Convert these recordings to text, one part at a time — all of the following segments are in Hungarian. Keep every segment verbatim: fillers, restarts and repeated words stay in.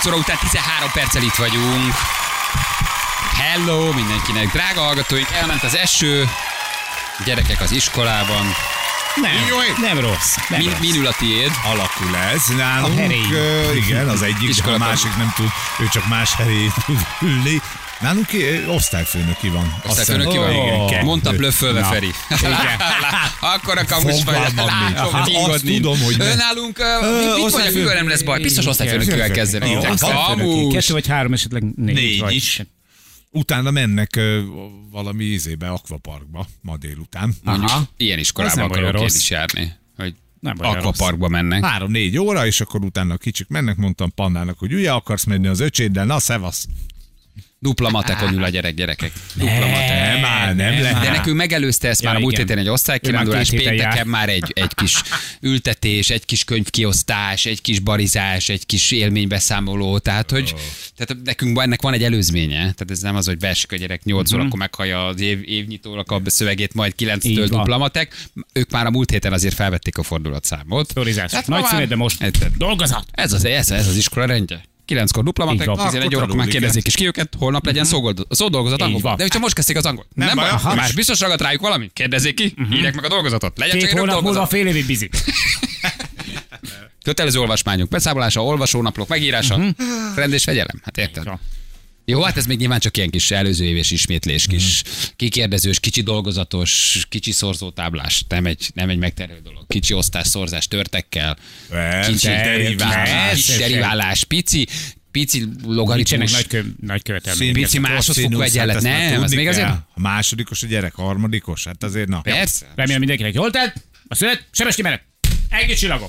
nyolc óra után tizenhárom perccel itt vagyunk. Hello mindenkinek, drága hallgatóink, elment az eső, gyerekek az iskolában. Nem, Jó, nem rossz. Nem Min, rossz. minül a tiéd. alakul ez nálunk. A Igen, az egyik, a Iskola- másik nem tud, ő csak más helyén tud ülni. Nálunk ö, osztályfőnöki van. Osztályfőnök ki van? Igen, kettő. Mondta blöffölve Na. Feri. Akkor a kamus vagy. Fogalmam nincs. Látom, Hát ingodni. azt tudom, hogy ne. Nálunk, uh, mit, mit mondjak, osztályfőnök- mivel nem lesz baj? Biztos osztályfőnökkel kezdeni. Jó, Te Osztályfőnöki. kamus. Kettő vagy három, esetleg négy. Négy vagy. is. Utána mennek ö, valami ízébe, akvaparkba ma délután. Mondjuk, Aha. ilyen Az iskolában nem olyan akarok én rossz. is járni. Hogy Nem olyan akvaparkba mennek. Három-négy óra, és akkor utána a kicsik mennek, mondtam Pannának, hogy ugye akarsz menni az öcséddel, na szevasz. Dupla matekon ül a gyerek, gyerekek. Dupla matek. Nem áll, nem lehet. De nekünk megelőzte ezt Ja, már a múlt igen. héten egy osztálykirándulás, Ő már két héten pénteken jár. már egy, egy kis ültetés, egy kis könyvkiosztás, egy kis barizás, egy kis élménybeszámoló, tehát hogy Oh. tehát nekünk ennek van egy előzménye, tehát ez nem az, hogy beesik a gyerek nyolc Mhm. órakor meghallja az év, évnyitónak a szövegét, majd kilenctől Így van. dupla matek. Ők már a múlt héten azért felvették a fordulatszámot. Sztorizás. Tehát ma Nagy már- szünet, de most Érted? dolgozat. Ez az, ez, ez az iskola rendje. kilenckor dupla matek, Így van. tizenegy Akkor órakor már tanulni kérdezzék is ki őket, holnap legyen szógold- szódolgozat Így angolban. van. De hogyha most kezdték az angol. Nem, Nem baj, baj, aha. már biztos ragadt rájuk valami? Kérdezzék ki, írják meg a dolgozatot. Legyen csak Két egy rövid hónap múlva dolgozat. fél évig bizi. Kötelező olvasmányok, beszámolása, olvasónaplók megírása, Mhm. rend és fegyelem. Hát érted? van. Jó, hát ez még nyilván csak ilyen kis előző éves ismétlés, kis kikérdezős, kicsi dolgozatos, kicsi szorzótáblás. Nem egy, nem egy megterhelő dolog. Kicsi osztásszorzás törtekkel, Persze, kicsi deriválás, persze. kicsi deriválás, pici, pici logaritmus. Nincsenek nagy, kö, nagy követelmények. Pici másodfokú egyenlet. Nem, az még azért... A másodikos a gyerek, harmadikos, hát azért na. Persze. Remélem mindenkinek jól telt. A szünet, sebes kimenet. Egész csillagok.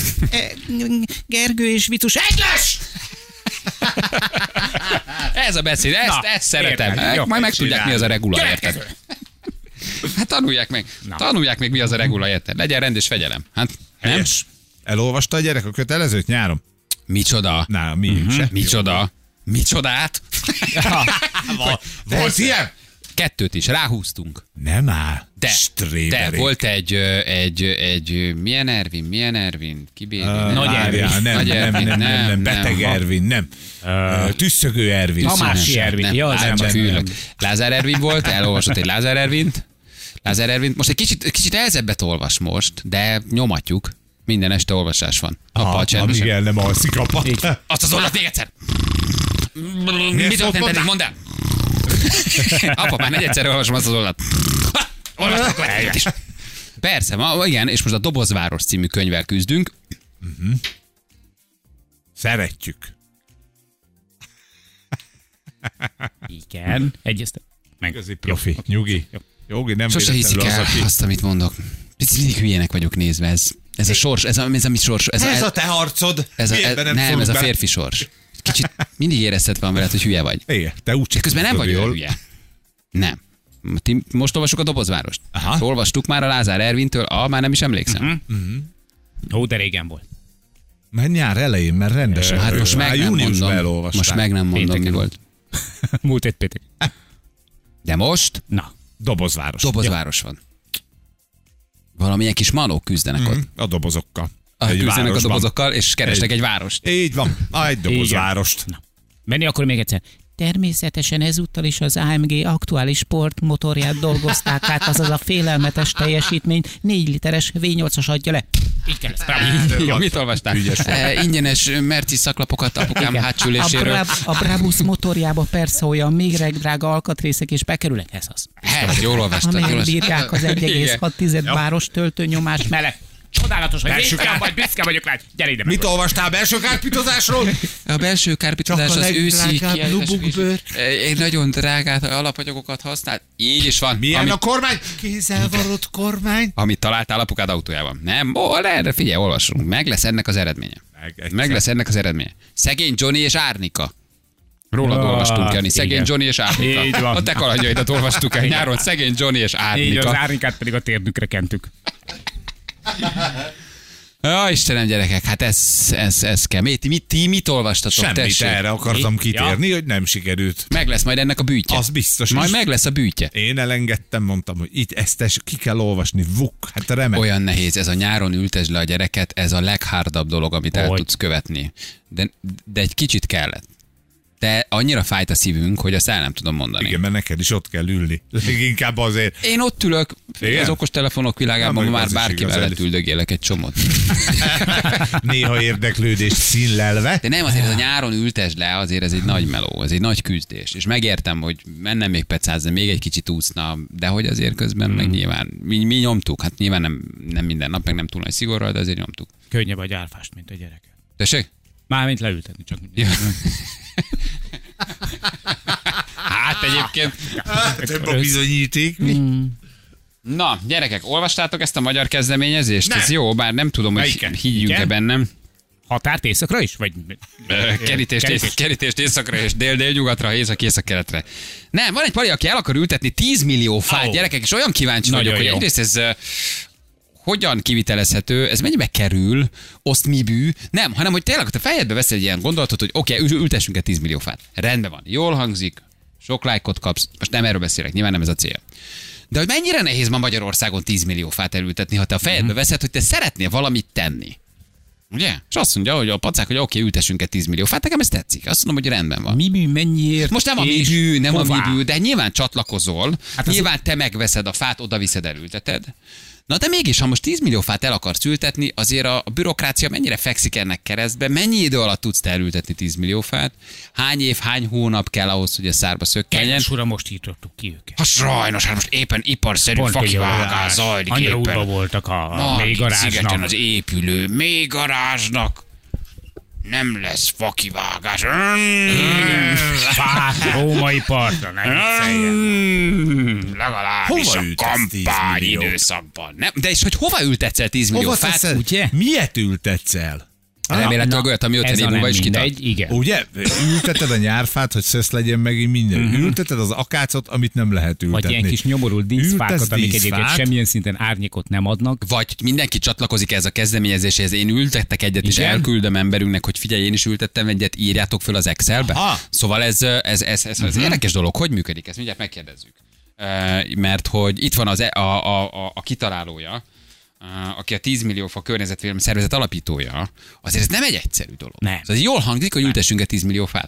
Gergő és Vicus egyenes! Ez a beszéd, ezt, Na, ezt szeretem. értem. Jó, Majd megtudják, mi az a regula, Következő. érted? Hát tanulják meg. Na. Tanulják meg, mi az a regula, érted? Legyen rend és fegyelem. Hát nem? Helyes. Elolvasta a gyerek a kötelezőt nyáron? Micsoda? Na, mi uh-huh. se. Micsoda? Micsodát? Volt ilyen? Kettőt is, ráhúztunk. Nem áll. De, Stréberék. de volt egy, ö, egy, egy, milyen Ervin, milyen Ervin? Kibéri? Uh, Nagy várjál, Ervin. Nem, Nagy nem, Ervin, nem, nem, nem, nem, beteg nem. Ervin, nem. Uh, Tüsszögő Ervin. Tamási Nem, Ervin. nem, Ja, az nem, nem, csak nem, fülök. nem. Lázár Ervin volt, elolvasott egy Lázár Ervint. Lázár Ervint. Most egy kicsit, kicsit elzebbet olvas most, de nyomatjuk. Minden este olvasás van. Apa, Ha, a csendesen. amíg el nem alszik apa. Azt az oldat még egyszer. Miért Mit szólt történt eddig? hozzá? Mondd el. Apa, már negyedszer olvasom azt az oldat. Olvasd a következőt is. Persze, ma, igen, és most a Dobozváros című könyvvel küzdünk. Szeretjük. Igen. Egyeztem. Meg. Igazi profi. Nyugi. Jogi, nem Sose hiszik véletlenül el az, aki- azt, amit mondok. Picit mindig hülyének vagyok nézve. Ez, ez a sors, ez a, ez a mi sors. Ez, Ez a, a te harcod. ez a, Miért ez, be nem, szólunk ez a bele? férfi sors. Kicsit mindig érezted van veled, hogy hülye vagy. Igen, te úgy De közben nem vagy olyan jól. hülye. Nem. Ti most olvasok a Dobozvárost. Aha. Olvastuk már a Lázár Ervintől, ah, már nem is emlékszem. Uh-huh. Ó, de régen volt. Mert nyár elején, mert rendesen. Hát most Már meg nem júniusban mondom. elolvasták. Most meg nem mondom, mi Pénteken. volt. Múlt egy péntek. De most Na. Dobozváros. Dobozváros van. Valamilyen kis manók küzdenek Ja. ott. Mhm, A dobozokkkal. Ah, Egy küzdenek a városban. dobozokkal, és keresnek Egy- egy várost. Így van. Ah, egy dobozvárost. Na. Menni akkor még egyszer. Természetesen ezúttal is az á em gé aktuális sportmotorját dolgozták át, azaz a félelmetes teljesítményt négy literes vé nyolcas adja le. Így kell ezt. Jó, mit olvastál? E, ingyenes merci szaklapokat apukám Igen. hátsüléséről. A, Brab, a Brabus motorjába persze olyan még drága alkatrészek és bekerülnek, ez az. Hát, jól olvastad. jól Amelyek olvastad. bírják az egy egész hat város töltőnyomás mellett. Csodálatos, hogy Belső végtelen kár- vagy, büszke vagyok rá. Gyere ide Mit meg. olvastál belső kárpitozásról? A belső kárpitozás Csak a az őszi legdrágább kiállítás- lubukbőr. Egy nagyon drágát alapanyagokat használt. Így is van. Milyen Amit, a kormány? Kézzel varott kormány. amit találtál apukád autójában. Nem? Ó, erre figyelj, olvasunk. Meg lesz ennek az eredménye. Meg egyszer. Meg lesz ennek az eredménye. Szegény Johnny és Árnika. Rólad Ah, olvastunk, Jani. Szegény igen. Johnny és Árnika. Így van. A te kalandjaidat olvastuk el nyáron. Szegény Johnny és Így az Árnika. árnyékát pedig a térdükre kentük. Ja, Istenem, gyerekek, hát ez, ez, ez kemény. Ti mit, ti mit olvastatok? Semmit, Tessék? erre akartam Mi? kitérni, hogy nem sikerült. Meg lesz majd ennek a bűtje. Az biztos. Majd is. meg lesz a bűtje. Én elengedtem, mondtam, hogy itt ezt es, ki kell olvasni, vuk, hát remek. Olyan nehéz, ez a nyáron ültesd le a gyereket, ez a leghárdabb dolog, amit el Hogy? tudsz követni. De, de egy kicsit kellett. De annyira fájt a szívünk, hogy azt el nem tudom mondani. Igen, mert neked is ott kell ülni. Leginkább azért. Én ott ülök, Igen? az okostelefonok világában Na, már az is bárki igaz, mellett el- üldögélek egy csomót. Néha érdeklődést színlelve. De nem, azért ez a nyáron ültesd le, azért ez egy nagy meló, ez egy nagy küzdés. És megértem, hogy mennem még pecázni, még egy kicsit úszna, de hogy azért közben meg nyilván, mi, mi nyomtuk, hát nyilván nem, nem minden nap, meg nem túl nagy szigorral, de azért nyomtuk. Könnyebb a gyárfást, mint a gyerek. Tessék? Mármint leültetni csak. Ja. Hát egyébként. Több a bizonyíték. Na, gyerekek, olvastátok ezt a magyar kezdeményezést? Nem. Ez jó, bár nem tudom, hogy Melyiket? higgyünk-e Igen? bennem. Határt északra is? Vagy... Kerítést, ész, kerítést északra és dél-dél-nyugatra, észak-észak-keletre. Nem, van egy pali, aki el akar ültetni tíz millió fát, Ó. gyerekek, és olyan kíváncsi Nagyon vagyok, hogy jó. egyrészt ez uh, hogyan kivitelezhető, ez mennyibe kerül, oszt mi bű, nem, hanem hogy tényleg, ha te fejedbe veszel egy ilyen gondolatot, hogy oké, okay, ültessünk egy tíz millió fát. Rendben van, jól hangzik, sok lájkot kapsz, most nem erről beszélek, nyilván nem ez a cél. De hogy mennyire nehéz ma Magyarországon tíz millió fát elültetni, ha te a fejedbe veszed, hogy te szeretnél valamit tenni. Ugye? És azt mondja, hogy a pacák, hogy oké, okay, ültessünk egy tíz millió fát, nekem ez tetszik. Azt mondom, hogy rendben van. Mi mű, mennyiért? Most nem a mi és bű, nem hová? a mi bű, de nyilván csatlakozol, Hát az- nyilván te megveszed a fát, oda viszed, elülteted. Na de mégis, ha most tíz millió fát el akarsz ültetni, azért a, a bürokrácia mennyire fekszik ennek keresztbe, mennyi idő alatt tudsz te elültetni tíz millió fát, hány év, hány hónap kell ahhoz, hogy a szárba szökkenjen. Kedves uram, most írtottuk ki őket. Ha sajnos, hát most éppen iparszerű Pont, hogy fakivágás a- zajlik Annyira útba éppen. voltak a, a Nagy mélygarázsnak. szigeten az épülő mélygarázsnak. Nem lesz fakivágás. Fát, római partra, nem vicceljen. Mm, Legalábbis Hova a ültetsz tíz kampány milliót? időszakban. Nem, de és hogy hova ültetsz el tíz millió Hova fát? teszed? ugye? Miért ültetsz el? Remélhetőleg Na, olyat, ami ez ötven év a múlva nem is kitat. mindegy, igen. Ugye? Ülteted a nyárfát, hogy szösz legyen megint minden. Mhm. Uh-huh. Ülteted az akácot, amit nem lehet ültetni. Vagy ilyen kis nyomorult díszfákat, Ültesz amik díszfát? egyébként semmilyen szinten árnyékot nem adnak. Vagy mindenki csatlakozik ez a kezdeményezéshez. Én ültettek egyet, és Igen? elküldöm emberünknek, hogy figyelj, én is ültettem egyet, írjátok föl az Excelbe. Aha. Szóval ez, ez, ez, ez, ez uh-huh. érdekes dolog. Hogy működik? Ezt mindjárt megkérdezzük. E, mert hogy itt van az, e- a, a, a, a kitalálója, Uh, aki a tíz millió fa környezetvédelmi szervezet alapítója, azért ez nem egy egyszerű dolog. Nem. Ez jól hangzik, hogy ültessünk egy tíz millió fát.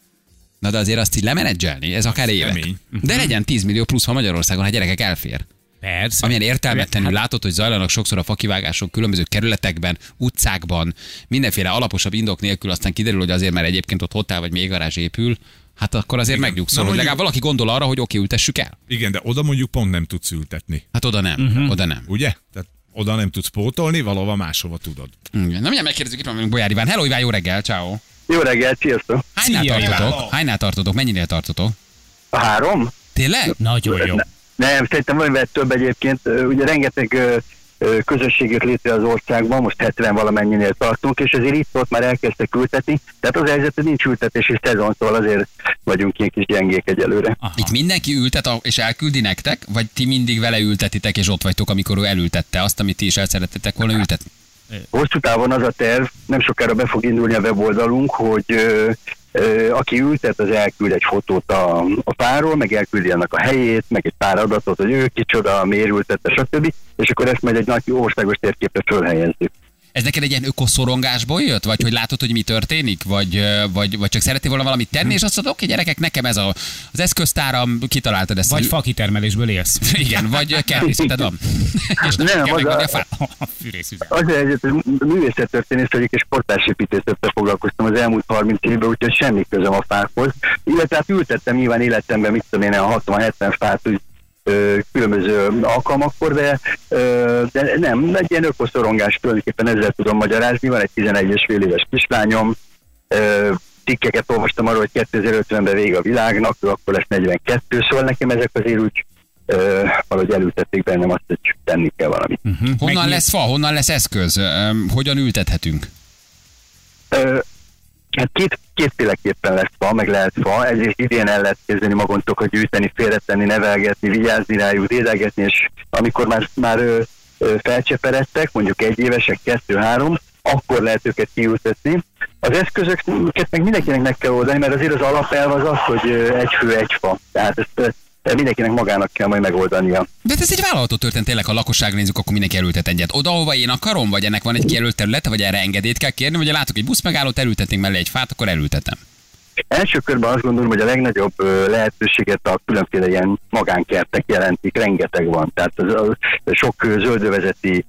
Na de azért azt így lemenedzselni, ez akár évek. kemény. De legyen tíz millió plusz, ha Magyarországon, ha gyerekek elfér. Persze. Amilyen értelmetlenül Hát- látod, hogy zajlanak sokszor a fakivágások különböző kerületekben, utcákban, mindenféle alaposabb indok nélkül, aztán kiderül, hogy azért, mert egyébként ott hotel vagy mélygarázs épül, hát akkor azért Igen. megnyugszol, Na, hogy mondjuk- legalább valaki gondol arra, hogy oké, ültessük el. Igen, de oda mondjuk pont nem tudsz ültetni. Hát oda nem, uh-huh. oda nem. Ugye? Tehát oda nem tudsz pótolni, valahova máshova tudod. Igen. Na mindjárt megkérdezzük, itt van velünk Bolyár Iván. Hello Iván, jó reggel, ciao. Jó reggelt, sziasztok! Hánynál Szia, tartotok? Iván. Hánynál tartotok? Mennyinél tartotok? A három? Tényleg? Nagyon jó. Ne, nem, szerintem valamivel több egyébként. Ö, Ugye rengeteg ö, ö, közösség jött létre az országban, most hetven valamennyinél tartunk, és azért itt-ott már elkezdtek ültetni. Tehát az a helyzet, hogy nincs ültetési szezon, szóval azért vagyunk ilyen kis gyengék egyelőre. Aha. Itt mindenki ültet a- és elküldi nektek, vagy ti mindig vele ültetitek, és ott vagytok, amikor ő elültette azt, amit ti is el szerettetek volna ültetni? Hosszú távon az a terv, nem sokára be fog indulni a weboldalunk, hogy ö, ö, aki ültet, az elküld egy fotót a, a fáról, meg elküldi annak a helyét, meg egy pár adatot, hogy ő kicsoda, miért ültette, stb. És akkor ezt majd egy nagy országos térképre fölhelyezzük. Ez neked egy ilyen ökoszorongásból jött? Vagy hogy látod, hogy mi történik? Vagy, ö, vagy, vagy csak szeretnél volna valamit tenni, és azt mondod, oké, gyerekek, nekem ez a, az eszköztáram, kitaláltad ezt. Vagy a- fakitermelésből élsz. Igen, vagy kertészeted van. És nem, Nem, kell az megvenni a a- fát. A fűrészüzem. Az a helyzet, hogy művészettörténész vagyok, és portásépítészettel foglalkoztam az elmúlt harminc évben, úgyhogy semmi közöm a fákhoz. Illetve hát ültettem nyilván életemben, mit tudom én, a hatvan-hetven fát, úgy, ö, különböző alkalmakkor, de, ö, de nem, egy ilyen ökoszorongás tulajdonképpen ezzel tudom magyarázni. Van egy tizenegy és fél éves kislányom, ö, cikkeket olvastam arról, hogy kétezer-ötvenben vége a világnak, ő akkor lesz negyvenkettő, szóval nekem ezek azért úgy ö, valahogy elültették bennem azt, hogy tenni kell valamit. Honnan Megnyit- lesz fa, honnan lesz eszköz? Öm, Hogyan ültethetünk? Ö, Hát két, kétféleképpen lesz fa, meg lehet fa, ezért idén el lehet kezdeni magunkat gyűjteni, félretenni, nevelgetni, vigyázni rájuk, dédelgetni, és amikor már, már ö, felcseperedtek, mondjuk egy évesek, kettő-három, akkor lehet őket kiültetni. Az eszközöket meg mindenkinek meg kell oldani, mert azért az alapelv az az, hogy egy fő, egy fa. Tehát ezt mindenkinek magának kell majd megoldania. De ez egy vállalatot történt, tényleg, ha lakosságra nézzük, akkor mindenki elültet egyet. Oda, ahova én akarom, vagy ennek van egy kijelölt területe, vagy erre engedélyt kell kérni, vagy látok egy buszmegállót, elültetnénk mellé egy fát, akkor elültetem. Első körben azt gondolom, hogy a legnagyobb lehetőséget a különféle ilyen magánkertek jelentik, rengeteg van. Tehát az, az, sok zöldövezeti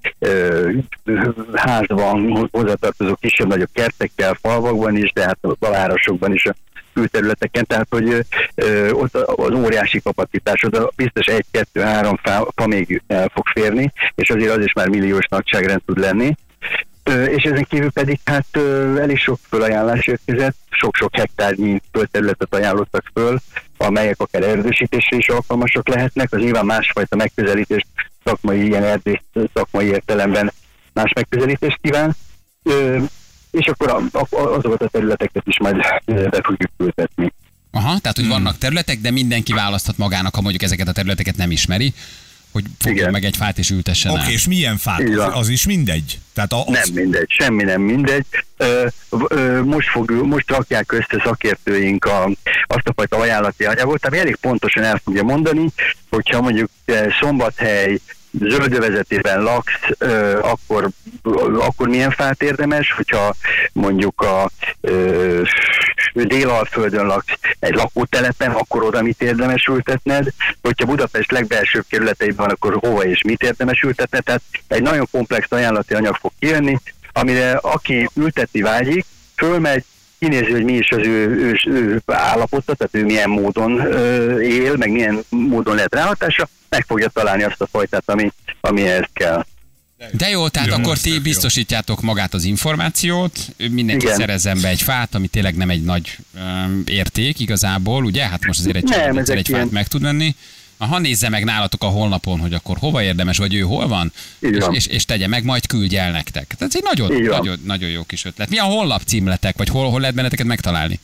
ház van, hozzátartozó kisebb-nagyobb kertekkel, falvakban is, de hát a városokban is, a külterületeken, tehát hogy ö, ott az óriási kapacitás, oda biztos egy, kettő, három fa, fa még el fog férni, és azért az is már milliós nagyságrend tud lenni. Ö, és ezen kívül pedig hát ö, elég sok fölajánlás érkezett, sok-sok hektárnyi földterületet ajánlottak föl, amelyek akár erdősítésre is alkalmasak lehetnek, az nyilván másfajta megközelítést, szakmai, ilyen erdész szakmai értelemben más megközelítést kíván. Ö, és akkor a, a, azokat a területeket is majd be fogjuk ültetni. Aha, tehát hogy vannak területek, de mindenki választhat magának, ha mondjuk ezeket a területeket nem ismeri, hogy fogja meg egy fát és ültessen el. Oké, okay, és milyen fát? Az, az is mindegy? Tehát az... Nem mindegy, semmi nem mindegy. Ö, ö, most, fog, most rakják össze szakértőink a, azt a fajta ajánlati anyagot, ami elég pontosan el fogja mondani, hogyha mondjuk Szombathely zöldövezetében laksz, ö, akkor, akkor milyen fát érdemes, hogyha mondjuk a ö, Délalföldön laksz egy lakótelepen, akkor oda mit érdemes ültetned, hogyha Budapest legbelsőbb kerületeiben van, akkor hova és mit érdemes ültetned, tehát egy nagyon komplex ajánlati anyag fog kijönni, amire aki ültetni vágyik, fölmegy, kinézi, hogy mi is az ő, ő, ő állapota, tehát ő milyen módon ö, él, meg milyen módon lehet ráhatása, meg fogja találni azt a fajtát, ami, ami ehhez kell. De jó, tehát jó, akkor ti biztosítjátok magát az információt, mindenki Igen. szerezzen be egy fát, ami tényleg nem egy nagy um, érték igazából, ugye? Hát most azért egy Nem, egyszer egy ilyen... fát meg tud venni. Ha nézze meg nálatok a honlapon, hogy akkor hova érdemes, vagy ő hol van, és, és, és tegye meg, majd küldje el nektek. Tehát ez egy nagyon, nagyon, nagyon jó kis ötlet. Mi a honlap címletek, vagy hol, hol lehet benneteket megtalálni?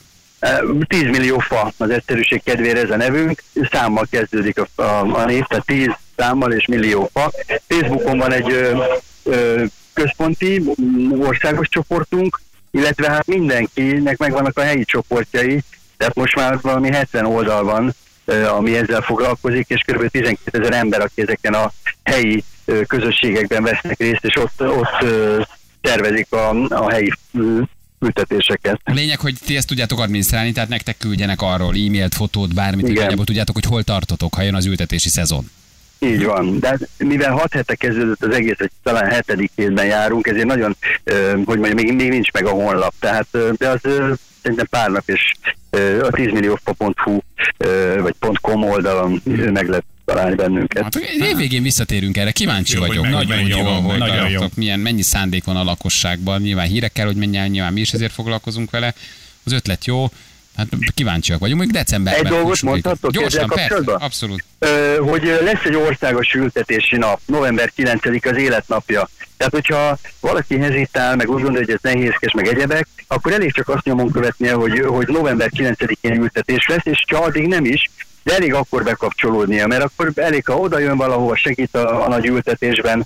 tíz millió fa az egyszerűség kedvére ez a nevünk, számmal kezdődik a, a, a név, tehát tíz számmal és millió fa. Facebookon van egy ö, ö, központi országos csoportunk, illetve hát mindenkinek megvannak a helyi csoportjai, tehát most már valami hetven oldal van, ö, ami ezzel foglalkozik, és kb. tizenkétezer ember, aki ezeken a helyi ö, közösségekben vesznek részt, és ott, ott ö, tervezik a, a helyi ö, ültetéseket. A lényeg, hogy ti ezt tudjátok adminisztrálni, tehát nektek küldjenek arról e-mailt, fotót, bármit, hogy nagyjából tudjátok, hogy hol tartotok, ha jön az ültetési szezon. Így van, de mivel hat hete kezdődött az egész, vagy talán hetedik hétben járunk, ezért nagyon, hogy mondjam, még, még nincs meg a honlap, tehát de az szerintem pár nap, és a tíz millió fa pont hu vagy .com oldalon meg lehet találni bennünket. Hát, évvégén visszatérünk erre, kíváncsi jó, vagyok. Meg, nagyon meg, jó, jó, hogy nagyon jó. Milyen, mennyi szándék van a lakosságban, nyilván hírekkel, hogy menjen, nyilván mi is ezért foglalkozunk vele. Az ötlet jó, hát kíváncsiak vagyunk, mondjuk decemberben. Egy dolgot mondhatok ezzel kapcsolatban? Abszolút. Ö, hogy lesz egy országos ültetési nap, november kilencedike az életnapja. Tehát, hogyha valaki hezitál, meg úgy gondolja, hogy ez nehézkes, meg egyebek, akkor elég csak azt nyomon követnie, hogy, hogy november kilencedikén ültetés lesz, és ha addig nem is, de elég akkor bekapcsolódnia, mert akkor elég, ha oda jön valahova, segít a, a nagy ültetésben.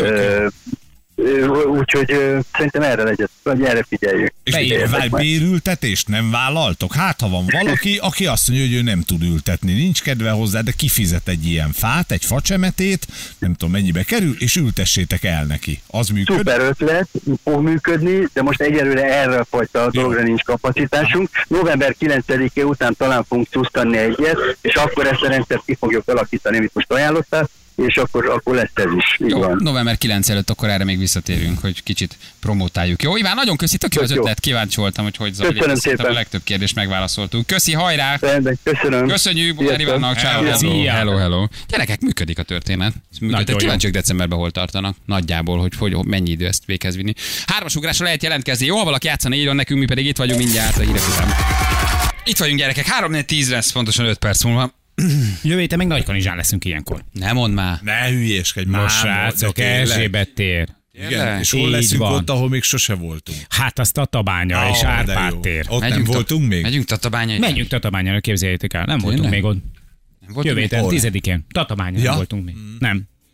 Úgyhogy szerintem erre legyen, vagy erre figyeljük. És bérültetést nem vállaltok? Hát, ha van valaki, aki azt mondja, hogy ő nem tud ültetni, nincs kedve hozzá, de kifizet egy ilyen fát, egy facsemetét, nem tudom mennyibe kerül, és ültessétek el neki. Az működik? Szuper ötlet, fog működni, de most egyelőre erre a fajta dologra nincs kapacitásunk. november kilencedike után talán fogunk cusztani egyet, és akkor ezt a rendszert ki fogjuk alakítani, amit most ajánlottál, és akkor, akkor lesz ez is. Így Jó, van. november kilencedike előtt akkor erre még visszatérünk, hogy kicsit promotáljuk. Jó, Iván, nagyon köszi, tök jó az ötlet, kíváncsi voltam, hogy hogy zajlik. Köszönöm szépen. A legtöbb kérdést megválaszoltunk. Köszi, hajrá! Rendben, köszönöm. Köszönjük, Bolár Ivánnak, ciao, hello, hello, hello. Gyerekek, működik a történet. Működik. Kíváncsiak decemberben hol tartanak, nagyjából, hogy, hogy mennyi idő ezt véghez vinni. Hármas ugrásra lehet jelentkezni. Jó, ha valaki játszana, írjon nekünk, mi pedig itt vagyunk mindjárt a hírek után. Itt vagyunk, gyerekek, három négy tíz lesz, pontosan öt perc múlva. Jövő héten meg Nagykanizsán leszünk ilyenkor. Nem mondd már. Ne hülyéskedj már. Most srácok, Erzsébet tér. Igen, és hol leszünk van. ott, ahol még sose voltunk. Hát az Tatabánya Ah, és de Árpád jó. tér. Ott nem Megyünk voltunk ta- még? Megyünk Tatabányai. Menjünk Tatabányára, képzeljétek el. Nem voltunk még ott. Voltunk Jövő még? héten, Hol? tizedikén. Tatabányán Ja? voltunk még. Nem.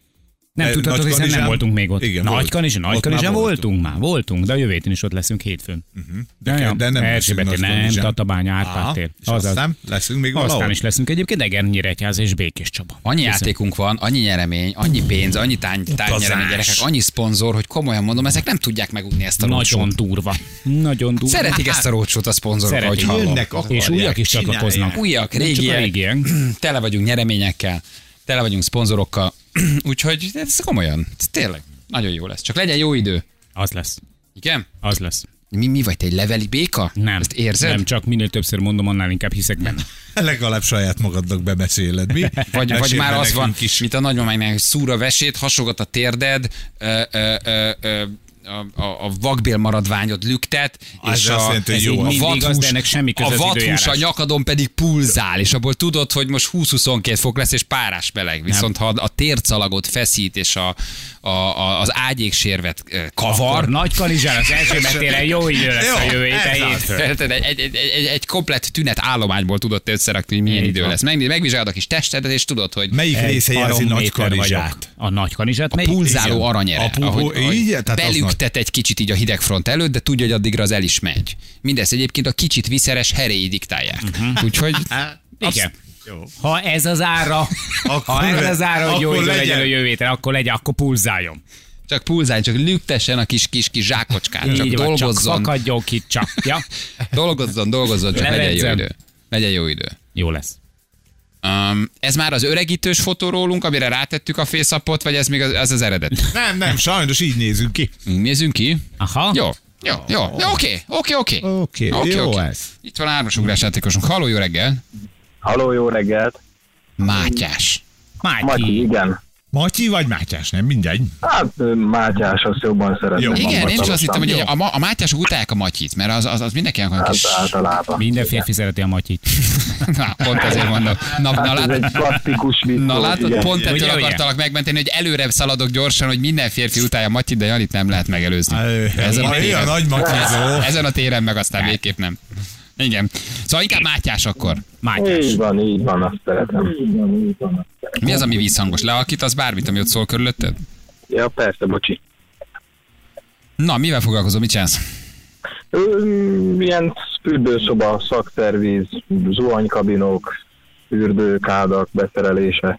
Nem Eh, tudhatod, hiszen nem Nagykanizsán? voltunk még ott. Igen, Nagykanizsán, volt. Ott Nagykanizsán már voltunk már, voltunk, de a jövő héten is ott leszünk hétfőn. De, de, de nem Erzsébet, leszünk nem, Nagykanizsán. Tatabánya, Árpád tér. És aztán leszünk még Aztán valahol. is leszünk egyébként Egernyíregyház és Békés Csaba. Annyi Köszönöm. játékunk van, annyi nyeremény, annyi pénz, annyi tány, tárnyeremény gyerekek, annyi szponzor, hogy komolyan mondom, ezek nem tudják megúdni ezt a Nagyon rócsót. durva. Nagyon durva. Szeretik ezt a rócsót a szponzorok, ahogy Szeretik. hallom. Jönnek, akarják, És újak is csinálják. csatlakoznak. Újak, Nem csak a régiek, régiek. tele vagyunk nyereményekkel, tele vagyunk szponzorokkal, úgyhogy ez komolyan, ez tényleg nagyon jó lesz. Csak legyen jó idő. Az lesz. Igen? Az lesz. Mi, mi vagy, te egy leveli béka? Nem. Ezt érzed? Nem, csak minél többször mondom, annál inkább hiszek benne. Legalább saját magadnak bebeszéled, mi? Vagy, vagy Mesélj már be az van, nekünk is. mint a nagymamánknál, hogy szúr a vesét, hasogat a térded, ö, ö, ö, ö, a, a, a vakbél maradványod lüktet, Az és azt a, jelenti, hogy ez jó. így A mindig vathús, az, de ennek semmi köze a az vathús a időjárás. nyakadon pedig pulzál, és abból tudod, hogy most húsz-huszonkettő fok lesz, és párás meleg. Viszont ha a tércalagot feszít, és a, a, a, az ágyéksérvet ö, kavar, Akkor Nagykanizsán az Erzsébet téren jó idő lesz Jó, a jövő ez héten az. hétfőn. Érted? Egy, egy, egy, egy, egy komplett tünet állományból tudod te összerakni, hogy milyen Így idő van. lesz. Meg, megvizsgálod a kis testedet, és tudod, hogy Melyik része jelzi Nagykanizsát? A Nagykanizsát melyik? pulzáló Igen. aranyere. A pu- ahogy, ahogy így? Tehát az belüktet egy kicsit így a hidegfront előtt, de tudja, hogy addigra az el is megy. Mindezt egyébként a kicsit viszeres heréi diktálják. Uh-huh. Úgyhogy Igen. Ha ez az ára, Akkor ha ez le- az ára, hogy jó akkor idő legyen a legyen. jövő héten, akkor legyen, akkor pulzáljon. csak pulzálj, csak lüktessen a kis kis kis zsákocskát, csak Így van, csak dolgozzon, fakadjon ki, csak. Ja? dolgozzon, dolgozzon, csak legyen jó Levedzem. idő. Legyen jó idő. Jó lesz. Um, ez már az öregítős fotó rólunk, amire rátettük a fészapot, vagy ez még az, az, az eredet? Nem, nem, sajnos így nézünk ki. Nézzünk ki. Aha. Jó, jó, jó. Jó, Oké, oké, oké. Oké, Oké, jó oké. ez. Itt van ármosugrás játékosunk. Halló, jó reggel. Halló, jó reggelt. Mátyás. Matyi, Mátyi. igen. Matyi vagy Mátyás, nem mindegy. Hát Mátyás, azt jobban szeretem. Jó. Igen, én is azt hittem, hogy Jó. a, a, a mátyások utálják a matyit, mert az, az, az mindenkinek van Hát kis... általában. Minden férfi szereti a Matyit. Na, pont ezért mondom. Na, na, Hát ez lát, egy klasszikus vicc na volt, látod, igen. pont ettől Ugye, ugye? akartalak megmenteni, hogy előre szaladok gyorsan, hogy minden férfi utálja a matyit, de Janit nem lehet megelőzni. Ezen a Ő a téren, nagy matyizó. ezen a téren meg aztán végképp nem. Igen. Szóval inkább mátyás akkor. Mátyás. Így van, így van, azt szeretem. Így van, így van, azt szeretem. Mi az, ami vízhangos? Lealakítasz bármit, ami ott szól körülötted? Ja, persze, bocsi. Na, mivel foglalkozol, mit csinálsz? Ö, Ilyen fürdőszoba, szakszerviz, zuhanykabinok, fürdőkádak beszerelése.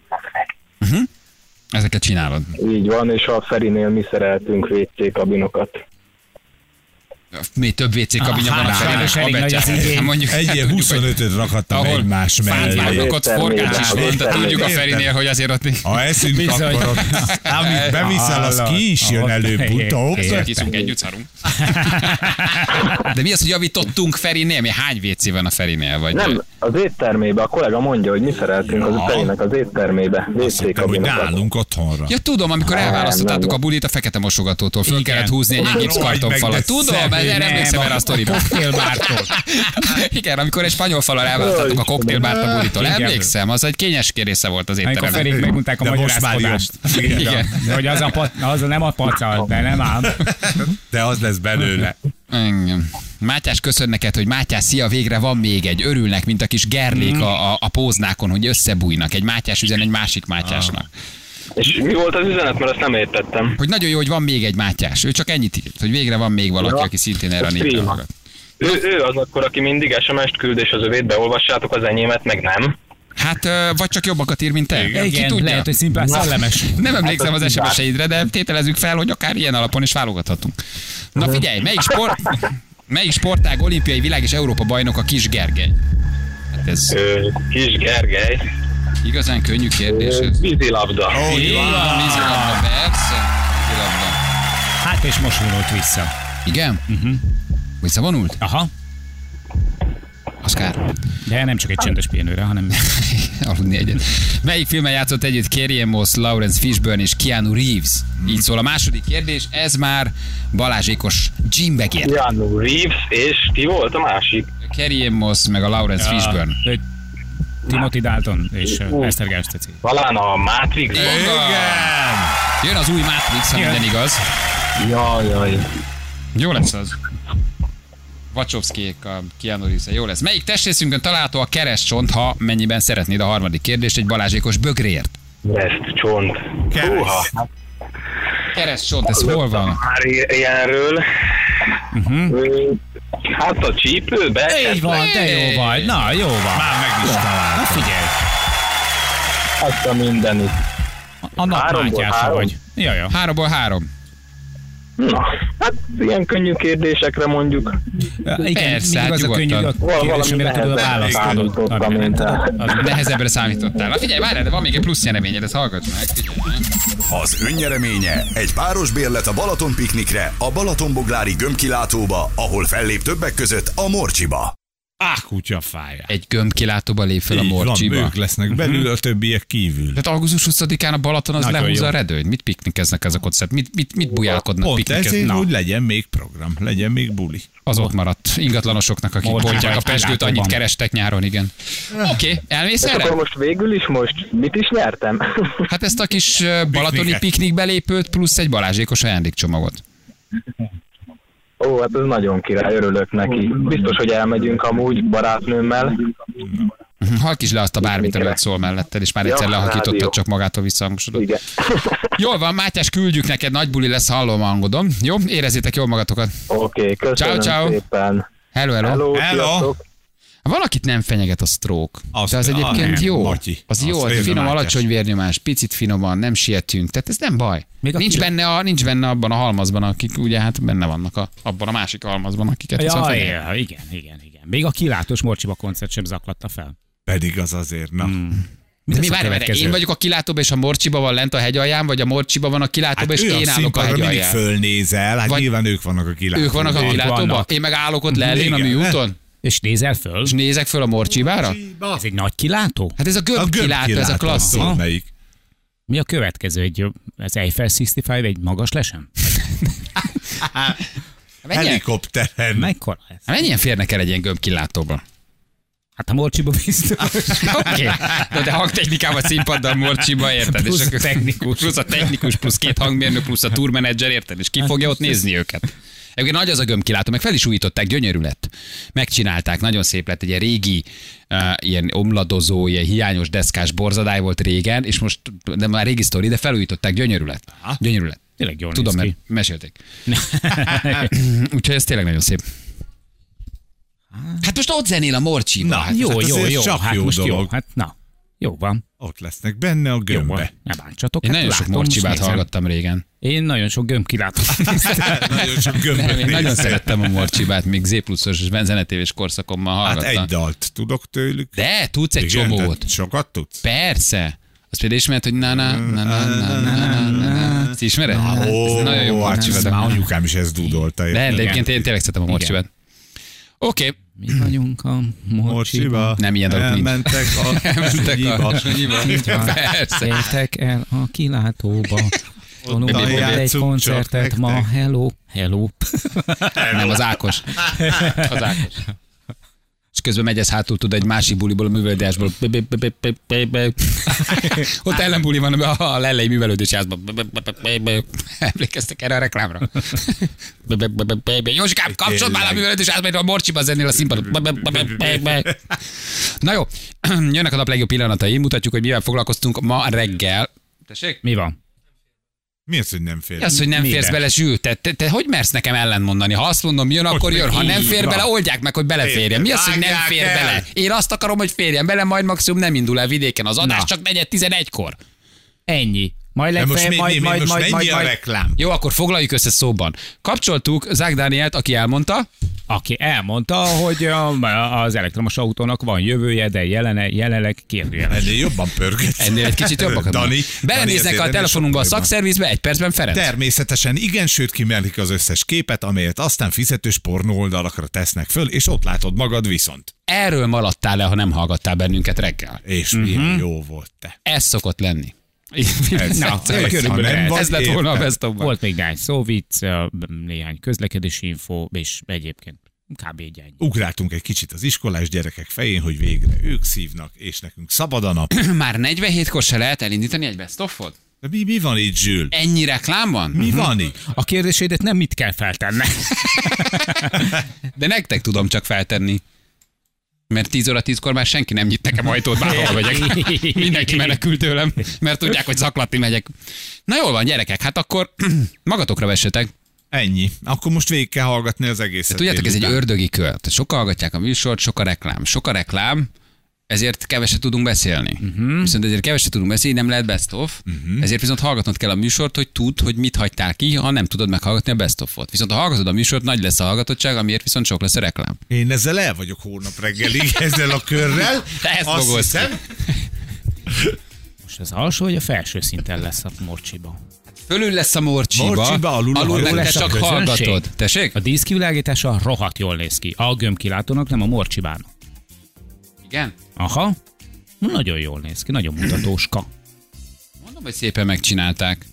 Ezeket csinálod. Így van, és a Ferinél mi szereltünk vé cé kabinokat. Még több vé cé kabinja Aha, van a sajnos Ferinek. elég nagy az igény. Mondjuk, Egy ilyen tudjuk, hogy huszonötöt rakhattam ahol egymás mellé. fántvágok ott forgás is van, tehát tudjuk a Érted? Ferinél, hogy azért ott Ha eszünk, Bizony. akkor ott, amit beviszel, az ki is jön előbb-utóbb. Értem. kiszunk együtt, szarunk. De mi az, hogy javítottunk Ferinél? Mi hány vé cé van a Ferinél? Vagy Nem, az éttermébe, a kollega mondja, hogy mi szereltünk az Ja. Ferinek az éttermébe vé Azt cé hittem, hogy kabinokat. nálunk otthonra. Ja, tudom, amikor Nem, elválasztottátok nem, a bulit a fekete mosogatótól, föl Igen. kellett húzni egy Rohagy gipszkartonfalat. meg, de Tudom, szegény. erre emlékszem erre a sztoriba. Koktélbártól. Igen, amikor egy spanyol falal elválasztottuk a koktélbárt a bulitól. Igen. Emlékszem, az egy kényes része volt az Amikor étteremben. Ferik megmondták a De most már magyarázkodást. jobb. Igen. Hogy az, a, pa- az nem a pacal, de nem ám. De az lesz belőle. Igen. Mátyás, köszön neked, hogy Mátyás, szia, végre van még egy. Örülnek, mint a kis gerlék a, a, a póznákon, hogy összebújnak. Egy Mátyás üzen egy másik Mátyásnak. És mi volt az üzenet, mert azt nem értettem. Hogy nagyon jó, hogy van még egy Mátyás. Ő csak ennyit írt, hogy végre van még valaki, Ja. aki szintén erre a Ez népre prima. hallgat. Ő, ő az akkor, aki mindig es em est küld, és az övét beolvassátok, az enyémet meg nem. Hát, ö, vagy csak jobbakat ír, mint te. Ki Igen, tudja? lehet, hogy szimplán szellemes. Nem emlékszem Hát az az es em es-eidre, de tételezzük fel, hogy akár ilyen alapon is válogathatunk. Na figyelj, melyik, sport, melyik sportág olimpiai világ és Európa bajnok a Kis Gergely? Hát ez Ö, Kis Gergely. igazán könnyű kérdés. Ö, Ez. Vízilabda. Így van, vízilabda, persze. Vízilabda. Hát és most vonult vissza. Igen? Uh-huh. Visszavonult? Aha. Az kár. De nem csak egy csendes pihenőre, hanem Aludni egyet. Melyik filmen játszott együtt Carrie Moss, Lawrence Fishburne és Keanu Reeves? Így szól a második kérdés, ez már Balázsékos Jimbe kérdés. Keanu Reeves, és ki volt a másik? Carrie Moss meg a Lawrence Fishburne. Ő Timothy Dalton és uh, Esztergás Ceci. Talán a Matrix. Igen! Jön az új Matrix, ha Jön. minden igaz. Jaj, jaj. Jó lesz az. Wachowskiék a Keanu Reeves, jó lesz. Melyik testrészünkön található a keresztcsont, ha mennyiben szeretnéd a harmadik kérdést egy Balázsékos bögrért? Ezt csont. Kereszt. Húha. Keresztsont, ez hol van? Már ilyenről. Uh-huh. Hát a csípőbe. Így van, te jó vagy. Na, jó van. Már meg is találtam. Na figyelj. Azt a mindenit. A napmátyása vagy. Ja, ja. Háromból három. Na, hát ilyen könnyű kérdésekre mondjuk. Igen, Persze, hát mindig az a könnyű nyugodtan. kérdés, amire tudod a választ. Számítottam, mint el. Nehezebbre számítottál. Na figyelj, várjál, de van még egy plusz nyereményed, ezt hallgass meg. Figyelj. Az önnyereménye egy páros bérlet a Balaton piknikre, a Balatonboglári gömbkilátóba, ahol fellép többek között a Morcsiba. Á, kutyafája. Egy gömbkilátóba lép fel a Így van, Morcsiba. ők lesznek belül, a többiek kívül. Tehát augusztus huszadikán a Balaton az Nagyon lehúzza jó. a redőnyt. Mit piknikeznek ezek ott? Mit, mit, mit bujálkodnak, Pont piknikeznek? ezért Na, úgy legyen még program, legyen még buli. az ott maradt. Ingatlanosoknak, akik Morcsiba bontják a egy pezsgőt, kilátóban. annyit kerestek nyáron, igen. Oké, okay, elmész És erre? akkor most végül is most mit is nyertem? Hát ezt a kis ö, balatoni Pikniket. piknikbelépőt plusz egy balázsékos ajándékcsomagot. Ó, hát ez nagyon király, örülök neki. Biztos, hogy elmegyünk amúgy barátnőmmel. Halkíts le azt a bármit, amit szól melletted, és már Ja, egyszer lehakítottad, rádió. csak magától visszahangosodott. Igen. Jól van, Mátyás, küldjük neked, nagy buli lesz, hallom a hangodon. Jó, érezzétek jól magatokat. Oké, okay, köszönöm Ciao, ciao. szépen. Hello, hello. Hello, Hello. sziasztok. Valakit nem fenyeget a stroke. Azt- De az ah, egyébként nem, jó. Matyi. Az Azt jó, az félre finom, Mátyás. alacsony vérnyomás, picit finoman, nem sietünk. Tehát ez nem baj. Még a Nincs kilo- benne, a, nincs benne abban a halmazban, akik ugye hát benne vannak a, abban a másik halmazban, akiket viszont Ja, fenyeget. ja, igen, igen, igen. Még a kilátós Morcsiba koncert sem zaklatta fel. Pedig az azért, na. Mi De lesz mi a várj, várj, következő? én vagyok a kilátóban, és a Morcsiba van lent a hegyalján, vagy a Morcsiba van a kilátóban, és ő én a állok a színpadra mindig hegyalján. fölnézel, hát Vagy- nyilván ők vannak a kilátóban. Ők vannak a Ők kilátóban, vannak. én meg állok ott lellén a Igen, műúton, És nézel föl? és nézek föl a Morcsibára. Ez egy nagy kilátó? Hát ez a A gömb kilátó, ez a klasszik. Szóval melyik? Mi a következő? Egy, ez Eiffel hatszázötven, egy magas lesem? Mennyien, Helikopteren. Mekkora ez? mennyien férnek el egy ilyen gömb kilátóba? Hát a Morcsiba biztos. Oké, okay. De hangtechnikával színpaddal Morcsiba, érted? Plusz És akkor- technikus. Plusz a technikus, plusz két hangmérnök, plusz a tourmenedzser, érted? És ki fogja ott nézni őket? Egyébként nagy az a gömbkilátó, meg fel is újították, gyönyörű lett. Megcsinálták, nagyon szép lett, egy ilyen régi, uh, ilyen omladozó, ilyen hiányos deszkás borzadály volt régen, és most, de már régi sztori, de felújították, gyönyörű lett. Gyönyörű lett. Tényleg jól Tudom, néz mert ki. mesélték. Úgyhogy ez tényleg nagyon szép. Hát most ott zenél a Morcsiba. Na, Hát Jó, Hát jó, azért jó. csak Hát jó most jó. dolog. Hát na, jó van. Ott lesznek benne a Jó van. gömbbe. Ne bántsatok. én hát nagyon sok látom, most Morcsibát nézem. hallgattam régen. Én nagyon sok gömbkilátót néztem. Nagyon sok gömbbe. Nem, én nagyon néztek. szerettem a Morcsibát, még Z pluszos és zenetévés korszakommal Hát hallgattam. egy dalt tudok tőlük. De tudsz egy Igen, csomót. de Sokat tudsz? Persze. Azt például ismered, hogy na na na na na na na na. Ezt ismered? Ó, Ez nagyon jó hát Morcsibát. ezt már anyukám is ezt dudolta. De, érted? de egyébként én tényleg szeretem a Morcsibát. Oké, Mi vagyunk a Morcsiba. Morcsiba. Nem ilyen dalok nincs. Elmentek a elmentek a Sanyiba. Így van. Persze. Értek el a kilátóba. Tanuljuk egy játszunk koncertet csak ma. nektek. Hello. Hello. Nem, az Ákos. Az Ákos. És közben megy ez hátul, tud egy másik buliból, a művelődésből. Ott ellenbuli van a lellei művelődési házban. Emlékeztek erre a reklámra? Józsikám, kapcsolj már a művelődési házban, a Morcsiba zennél a színpadon. Na jó, jönnek a nap legjobb pillanatai, mutatjuk, hogy mivel foglalkoztunk ma reggel. Tessék? Mi van? Mi az, hogy nem fér? Mi az, hogy nem Mire? férsz bele, Zsül? Te, te, te hogy mersz nekem ellentmondani? Ha azt mondom, jön, akkor jön. Ha nem így fér van. bele, oldják meg, hogy beleférjen. Mi az, hogy nem Vágják fér el. bele? Én azt akarom, hogy férjen bele, majd maximum nem indul el vidéken az adás, Na. csak negyed tizenegykor. Ennyi. Majd De most, legfeljebb, mi, majd, mi, mi, majd, most majd, mennyi majd, a majd, reklám? Jó, akkor foglaljuk össze szóban. Kapcsoltuk Zák Dánielt, aki elmondta, aki elmondta, hogy a- az elektromos autónak van jövője, de jelene, jelenleg kérdőjeles. Ennél jobban pörgetsz. ennél egy kicsit jobbak. Dani. Belenéznek Dani, a azért telefonunkba a ennél sokkal szakszervizbe, egy percben Ferenc. Természetesen igen, sőt kimerlik az összes képet, amelyet aztán fizetős pornó oldalakra tesznek föl, és ott látod magad viszont. Erről maradtál le, ha nem hallgattál bennünket reggel. És milyen jó volt te. Ez szokott lenni. Ez, Na, ez, ez, körülbelül ha nem ez vagy, Ez lett volna a érted? best of. Volt még néhány szóvic, néhány közlekedési info, és egyébként kb. Egy ennyi. Ugráltunk egy kicsit az iskolás gyerekek fején, hogy végre ők szívnak, és nekünk szabad a nap. Már negyvenhétkor se lehet elindítani egy best of-ot? De mi, mi van itt, Zsül? Ennyi reklám van? Mi van itt? A kérdésédet nem mit kell feltenni. De nektek tudom csak feltenni. Mert tíz óra tízkor már senki nem nyit nekem ajtót, bárhol megyek. Mindenki menekül tőlem, mert tudják, hogy zaklatni megyek. Na jól van, gyerekek, hát akkor magatokra vessetek. Ennyi. Akkor most végig kell hallgatni az egészet. Tudjátok, ez egy délután. ördögi kör. Tehát sokan hallgatják a műsort, sok a reklám. Sok a reklám, ezért keveset tudunk beszélni. Uh-huh. Viszont ezért keveset tudunk beszélni, nem lehet best of. Uh-huh. Ezért viszont hallgatnod kell a műsort, hogy tudd, hogy mit hagytál ki, ha nem tudod meghallgatni a best of-ot. Viszont ha hallgatod a műsort, nagy lesz a hallgatottság, amiért viszont sok lesz a reklám. Én ezzel el vagyok hónap reggelig, ezzel a körrel. Ezt Azt fogod. hiszem, Most az alsó vagy a felső szinten lesz a Morcsiba? Fölül lesz a morcsiba, Morcsiba, alul a alul meg hallgatás. te csak közönség. hallgatod. Tessék? A díszkivilágítása rohadt jól néz ki. A gömbkilátónak, nem a Morcsibának. Igen? Aha. Nagyon jól néz ki, nagyon mutatóska. Mondom, hogy szépen megcsinálták.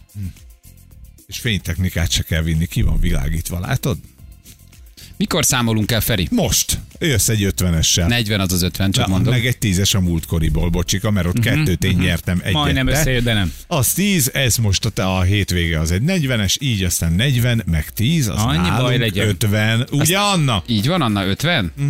és fénytechnikát se kell vinni, ki van világítva, látod? Mikor számolunk el, Feri? Most. Jössz egy ötvenessel. negyven az az ötven, csak Na, mondom. meg egy tízes a múltkoriból, bocsika, mert ott uh-huh, kettőt én uh-huh. nyertem egyet. Majdnem te. összejött, de nem. Az tíz, ez most a, te a hétvége az egy negyvenes, így aztán negyven, meg tíz, az Annyi baj nálunk legyen. ötven. Ugye, Anna? Így van, Anna, ötven? Mm.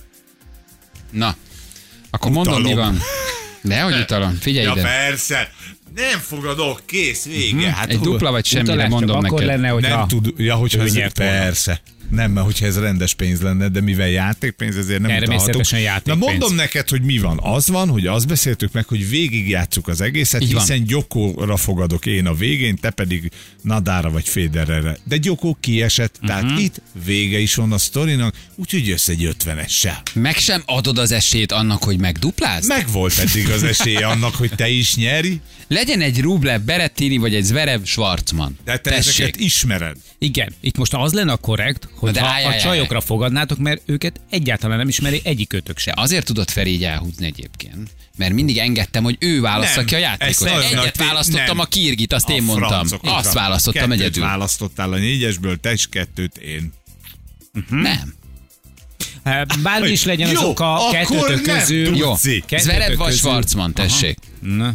Na, akkor mondom, mi Utalom. van. Dehogy utalom, figyelj Ja ide. persze. Nem fogadok, kész, vége. Uh-huh. Hát Egy dupla vagy semmire, Utalás csak mondom akkor neked. lenne, hogyha nem tud, ja, hogyha ő ez, nyert volna. persze. Nem, mert hogyha ez rendes pénz lenne, de mivel játékpénz, ezért nem utalhatunk. Természetesen Na játékpénz. mondom neked, hogy mi van. Az van, hogy azt beszéltük meg, hogy végigjátszuk az egészet, Így van. hiszen Gyokóra fogadok én a végén, te pedig Nadára vagy Federerre. De Gyokó kiesett, uh-huh. tehát itt vége is van a sztorinak, úgyhogy jössz egy ötvenessel. Meg sem adod az esélyt annak, hogy megduplázd? Meg volt eddig az esélye annak, hogy te is nyeri, Legyen egy Rublev, Berrettini vagy egy Zverev, Schwarzman. de te Tessék. ezeket ismered. Igen, itt most az lenne a korrekt, hogy de ha állj, a állj, csajokra fogadnátok, mert őket egyáltalán nem ismeri egyikőtök sem. De azért tudod Feri így elhúzni egyébként, mert mindig engedtem, hogy ő válassza Nem, ki a ezt játékot. az Egyet nagy- választottam nem. a Kirgit, azt A én mondtam. francok, Azt uram. választottam Kettőt egyedül. választottál a négyesből, te is kettőt én. Nem. Hát, bármi is legyen az Jó, oka akkor kettőtök nem közül. tudsz. Jó. Tuci. Kettőtök Zverev vagy közül- Schwarzman, tessék. Na.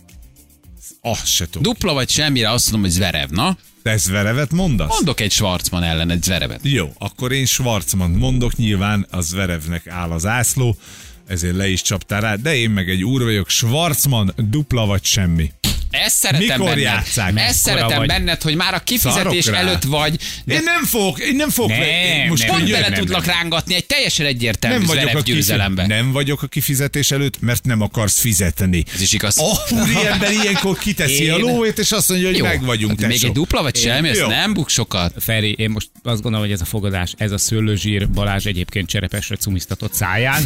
Azt se tudom. Dupla vagy semmire, azt mondom, hogy Zverev, na? Te Zverevet mondasz? Mondok egy Schwarzman ellen egy Zverevet. Jó, akkor én Schwarzman mondok, nyilván a Zverevnek áll az ászló, ezért le is csaptál rá, de én meg egy úr vagyok, Schwarzman, dupla vagy semmi. Ezt szeretem Mikor benned. játsszák? Ezt Mekkora szeretem vagy? benned, hogy már a kifizetés Szarok rá. előtt vagy, de Én nem fogok, én nem fogok, Nem, én most nem, pont könyörgöm. bele nem, tudlak nem. rángatni egy teljesen egyértelmű nem vagyok, Zverev a győzelembe. kifi- nem vagyok a kifizetés előtt, mert nem akarsz fizetni. Ez is igaz. A úriember ilyenkor kiteszi Én- a lóvét, és azt mondja, hogy Jó, meg vagyunk, hát még tesó. egy dupla vagy semmi, ezt Jó. nem buk sokat. Feri, én most azt gondolom, hogy ez a fogadás, ez a szőlőzsír Balázs egyébként cserepesre cumiztatott száján.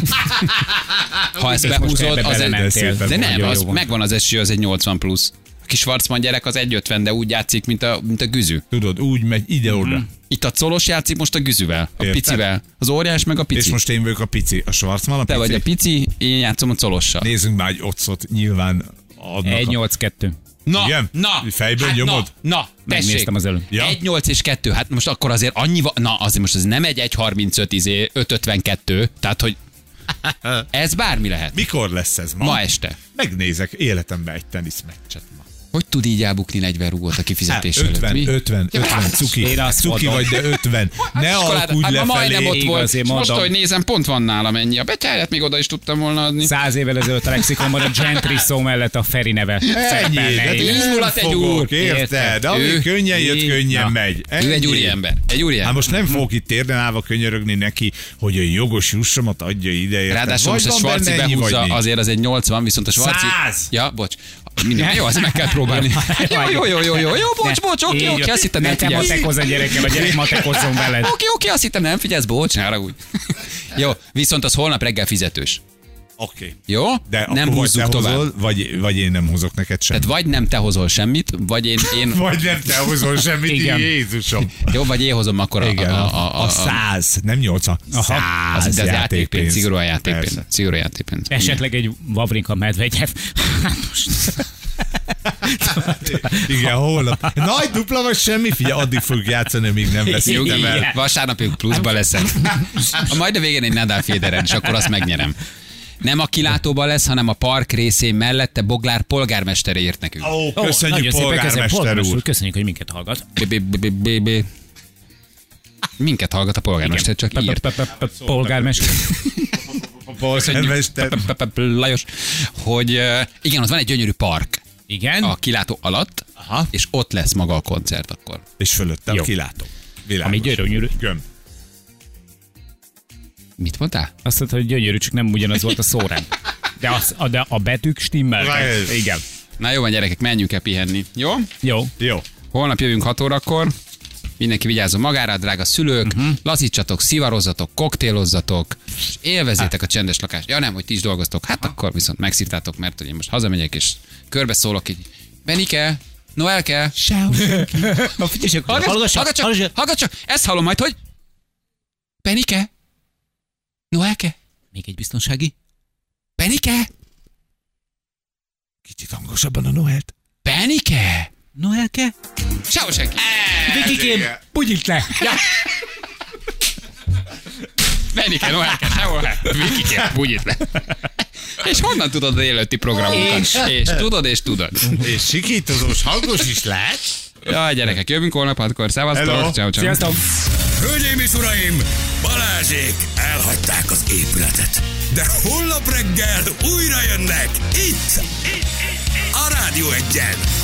Ha ezt Most behúzod, ebbe az egy... belementél. De nem, Nagyon az jó van. megvan az esély, az egy nyolcvan plusz. A kis Schwarzman gyerek az egy ötven, de úgy játszik, mint a, mint a güzű. Tudod, úgy megy ide-oda. Itt a colos játszik most a güzűvel, a Érted? picivel. Az óriás meg a pici. És most én vagyok a pici, a Schwarzman a Te pici. vagy a pici, én játszom a colossal. Nézzünk már egy otcot, nyilván adnak egy a... nyolc kettő. Na, Igen? na, Fejből hát nyomod? Na, na tessék. Megnéztem az előbb. Ja. egy nyolc és kettő, hát most akkor azért annyi van, na azért most ez nem egy egy harmincöt, izé, öt ötvenkettő, tehát hogy ez bármi lehet. Mikor lesz ez ma? Ma este. Megnézek életemben egy teniszmeccset ma. Hogy tud így elbukni negyven rúgót a kifizetés előtt? ötven, Mi? ötven, ötven, cuki. Én azt Cuki mondom. vagy, de ötven. Ne Iskolád- alkudj hát ma majdnem lefelé. ott volt, Igaz, én és most, mondom. hogy nézem, pont van nálam ennyi. A betyárját még oda is tudtam volna adni. Száz évvel ezelőtt a lexikonban a Gentry szó mellett a Feri neve. Ennyi, Szerepelne. de így nem mulat egy fogok, úr. érted? Érted? De ami Ő- könnyen jött, így- könnyen na. megy. Ő egy Ennyi. úriember. Egy úriember. Hát most nem fogok itt térden állva könyörögni neki, hogy a jogos jussomat adja ide. érted? Ráadásul Vagy most a van Svarci benne ennyi, vagy behúzza, nincs. azért az egy nyolcvan, viszont a Svarci... Száz! Ja, bocs. Minden. Jó, azért meg kell próbálni. Jó, jó, jó, jó, jó, jó, bocs, bocs, oké, Így oké, van. azt hittem nem Nekem figyelsz. matekozz a gyerekkel, a gyerek matekozzon veled. Oké, oké, azt hittem nem figyelsz, bocs, ne haragudj. Jó, viszont az holnap reggel fizetős. Oké. Jó? De nem akkor vagy te húzzuk tovább. hozol, vagy, vagy én nem hozok neked semmit. Tehát vagy nem te hozol semmit, vagy én, én Vagy nem te hozol semmit, Igen. Jézusom. jó, vagy én hozom akkor a, Igen, a, a, a, a, a száz, nem nyolcvan. Száz az, de az játékpénz, játékpénz. szigorúan játékpénz. Persze. Szigorúan játékpénz. Esetleg egy Wawrinka Medvegyev. Igen, holnap. Nagy dupla vagy semmi? Figyelj, addig fogjuk játszani, míg nem veszünk Jó, nem el. vasárnapig pluszba leszek. Majd a végén egy Nadal Federer, és akkor azt megnyerem. Nem a kilátóban lesz, hanem a park részén mellette Boglár polgármestere írt nekünk. Ó, Ó, köszönjük, nagyon szépen köszönjük, polgármester úr. Köszönjük, hogy minket hallgat. B- b- b- b- b- Minket hallgat a polgármester, csak írt. Polgármester. Polgármester. Lajos, hogy uh, igen, ott van egy gyönyörű park Igen. a kilátó alatt, Aha. és ott lesz maga a koncert akkor. És fölötte a Jó. kilátó. Világos. Ami gyönyörű. Gömb. Mit mondtál? Azt mondta, hogy gyönyörű, csak nem ugyanaz volt a szórend. De, az, a, de a betűk stimmeltek. Right. Igen. Na jó van, gyerekek, menjünk el pihenni. Jó? Jó. Jó. Holnap jövünk hat órakor. Mindenki vigyázzon magára, drága szülők. Uh-huh. Lazítsatok, szivarozzatok, koktélozzatok, és élvezzétek a csendes lakást. Ja nem, hogy ti is dolgoztok. Hát akkor viszont megszívtátok, mert hogy én most hazamegyek, és körbe szólok így. Benike, Noelke. Hallgass, Hallgass, hallgass, csak, hallgass csak, ezt hallom majd, hogy Benike, Noelke, Még egy biztonsági. Benike, Kicsit hangosabban a Noelt. Benike. Noelke? Sehol senki. Vikikém, bugyít le! Ja. Benike, Noelke, sehol. Vikike, bugyit le. És honnan tudod az élőtti programunkat? És, és tudod, és tudod. És sikítozós hangos is lehet? Jaj, gyerekek, jövünk holnap hatkor. Hello. Szevasztok, ciao, ciao. Sziasztok! Hölgyeim és uraim, Balázsék elhagyták az épületet, de holnap reggel újra jönnek itt, itt, itt, itt a Rádió Egyen.